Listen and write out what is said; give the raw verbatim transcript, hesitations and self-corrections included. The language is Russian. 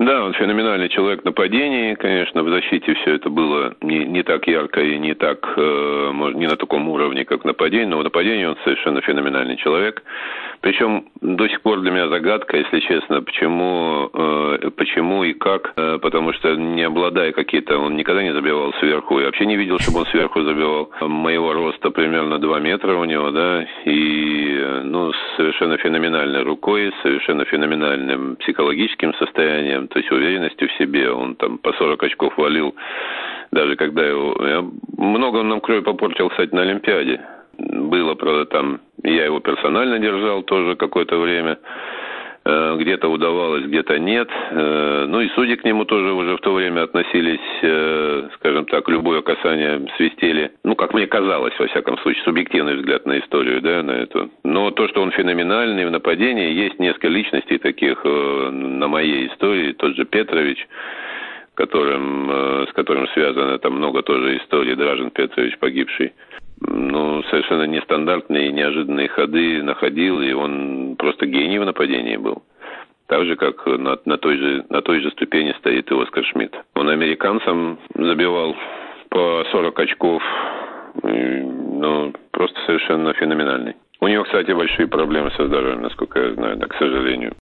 Да, он феноменальный человек в нападении, конечно, в защите все это было не, не так ярко и не так, э, может, не на таком уровне, как в нападении, но в нападении он совершенно феноменальный человек. Причем до сих пор для меня загадка, если честно, почему, э, почему и как, э, потому что не обладая какие-то, он никогда не забивал сверху, я вообще не видел, чтобы он сверху забивал. Моего роста примерно два метра у него, да, и, ну, с совершенно феноменальной рукой, с совершенно феноменальным психологическим состоянием, то есть уверенностью в себе. Он там по сорок очков валил, даже когда его... Я... Много он нам крови попортил, кстати, на Олимпиаде. Было, правда, там... Я его персонально держал тоже какое-то время. Где-то удавалось, где-то нет. Ну и судьи к нему тоже уже в то время относились, скажем так, любое касание свистели. Ну, как мне казалось, во всяком случае, субъективный взгляд на историю, да, на эту. Но то, что он феноменальный в нападении, есть несколько личностей таких на моей истории. Тот же Петрович, которым, с которым связано там много тоже историй, Дражин Петрович, погибший. Ну, совершенно нестандартные и неожиданные ходы находил, и он просто гений в нападении был. Так же, как на, на, той же, на той же ступени стоит и Оскар Шмидт. Он американцам забивал по сорок очков, и, ну, просто совершенно феноменальный. У него, кстати, большие проблемы со здоровьем, насколько я знаю, да, к сожалению.